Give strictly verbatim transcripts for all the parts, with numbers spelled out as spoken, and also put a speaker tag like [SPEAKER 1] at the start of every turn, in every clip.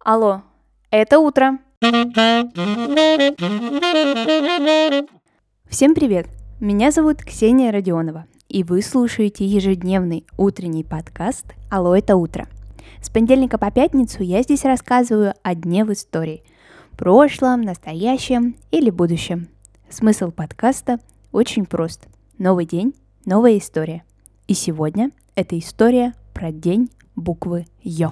[SPEAKER 1] Алло, это утро. Всем привет! Меня зовут Ксения Родионова, и вы слушаете ежедневный утренний подкаст «Алло, это утро». С понедельника по пятницу я здесь рассказываю о дне в истории. Прошлом, настоящем или будущем. Смысл подкаста очень прост. Новый день, новая история. И сегодня это история про день буквы Ё.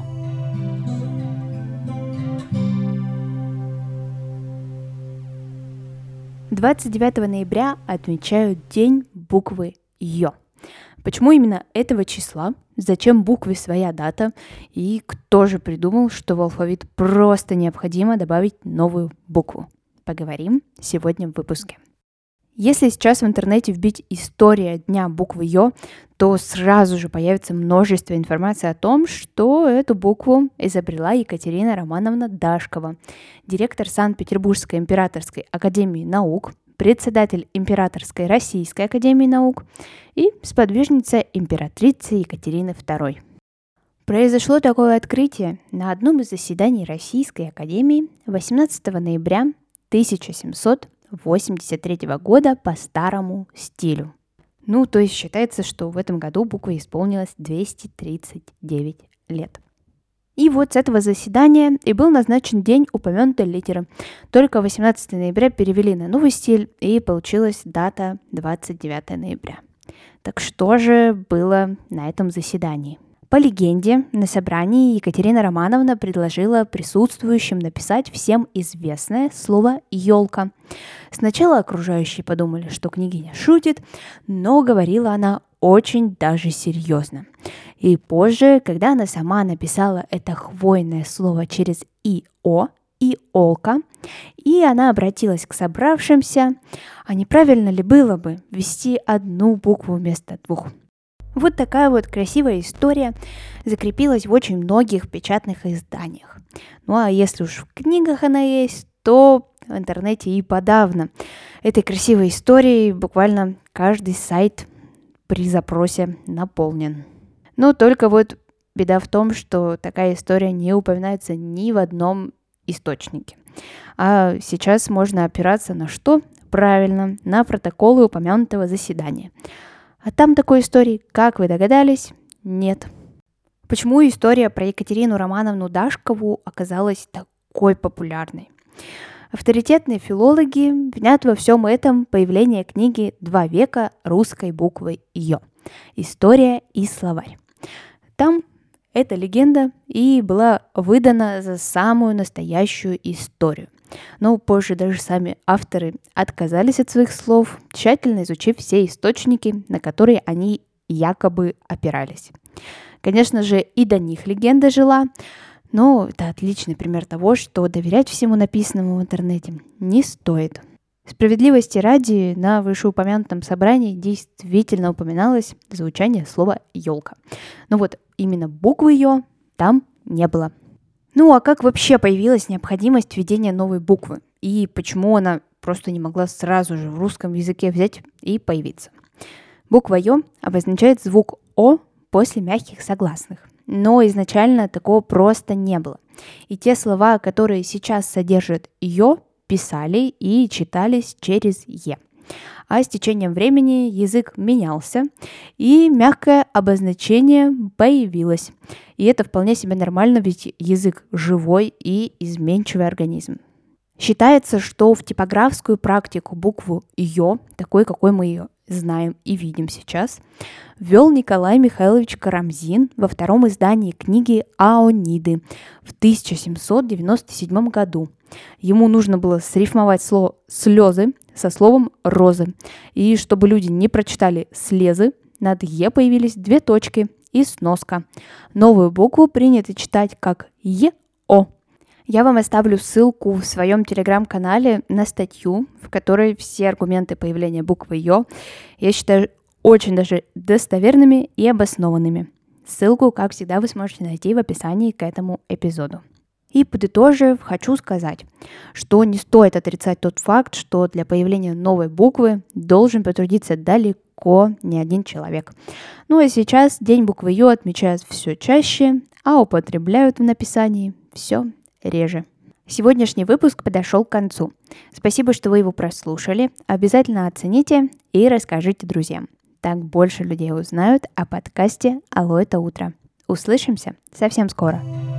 [SPEAKER 1] двадцать девятого ноября отмечают День буквы Ё. Почему именно этого числа? Зачем букве своя дата? И кто же придумал, что в алфавит просто необходимо добавить новую букву? Поговорим сегодня в выпуске. Если сейчас в интернете вбить «История дня буквы Ё», то сразу же появится множество информации о том, что эту букву изобрела Екатерина Романовна Дашкова, директор Санкт-Петербургской императорской академии наук, председатель Императорской Российской академии наук и сподвижница императрицы Екатерины второй. Произошло такое открытие на одном из заседаний Российской академии восемнадцатого ноября тысяча семьсот восемьдесят третьего года по старому стилю. Ну, то есть считается, что в этом году букве исполнилось двести тридцать девять лет. И вот с этого заседания и был назначен день упомянутой литеры. Только восемнадцатого ноября перевели на новый стиль, и получилась дата двадцать девятого ноября. Так что же было на этом заседании? По легенде, на собрании Екатерина Романовна предложила присутствующим написать всем известное слово «елка». Сначала окружающие подумали, что княгиня шутит, но говорила она очень даже серьезно. И позже, когда она сама написала это хвойное слово через «и-о», «иолка», и она обратилась к собравшимся, а неправильно ли было бы ввести одну букву вместо двух? Вот такая вот красивая история закрепилась в очень многих печатных изданиях. Ну а если уж в книгах она есть, то в интернете и подавно. Этой красивой историей буквально каждый сайт при запросе наполнен. Но только вот беда в том, что такая история не упоминается ни в одном источнике. А сейчас можно опираться на что? Правильно, на протоколы упомянутого заседания. А там такой истории, как вы догадались, нет. Почему история про Екатерину Романовну Дашкову оказалась такой популярной? Авторитетные филологи винят во всем этом появление книги «Два века русской буквы Ё. История и словарь». Там эта легенда и была выдана за самую настоящую историю. Но позже даже сами авторы отказались от своих слов, тщательно изучив все источники, на которые они якобы опирались. Конечно же, и до них легенда жила, но это отличный пример того, что доверять всему написанному в интернете не стоит. Справедливости ради, на вышеупомянутом собрании действительно упоминалось звучание слова «елка». Но вот именно буквы «ё» там не было. Ну а как вообще появилась необходимость введения новой буквы? И почему она просто не могла сразу же в русском языке взять и появиться? Буква «ё» обозначает звук «о» после мягких согласных. Но изначально такого просто не было. И те слова, которые сейчас содержат «ё», писали и читались через «е». А с течением времени язык менялся, и мягкое обозначение появилось. И это вполне себе нормально, ведь язык живой и изменчивый организм. Считается, что в типографскую практику букву «ё», такой, какой мы ее знаем и видим сейчас, ввел Николай Михайлович Карамзин во втором издании книги «Аониды» в тысяча семьсот девяносто седьмом году. Ему нужно было срифмовать слово «слезы» со словом «розы». И чтобы люди не прочитали «слезы», над «е» появились две точки и сноска. Новую букву принято читать как «е-о». Я вам оставлю ссылку в своем телеграм-канале на статью, в которой все аргументы появления буквы «ё» я считаю очень даже достоверными и обоснованными. Ссылку, как всегда, вы сможете найти в описании к этому эпизоду. И подытожив, хочу сказать, что не стоит отрицать тот факт, что для появления новой буквы должен потрудиться далеко не один человек. Ну а сейчас День буквы Ё отмечают все чаще, а употребляют в написании все реже. Сегодняшний выпуск подошел к концу. Спасибо, что вы его прослушали. Обязательно оцените и расскажите друзьям. Так больше людей узнают о подкасте «Алло, это утро». Услышимся совсем скоро.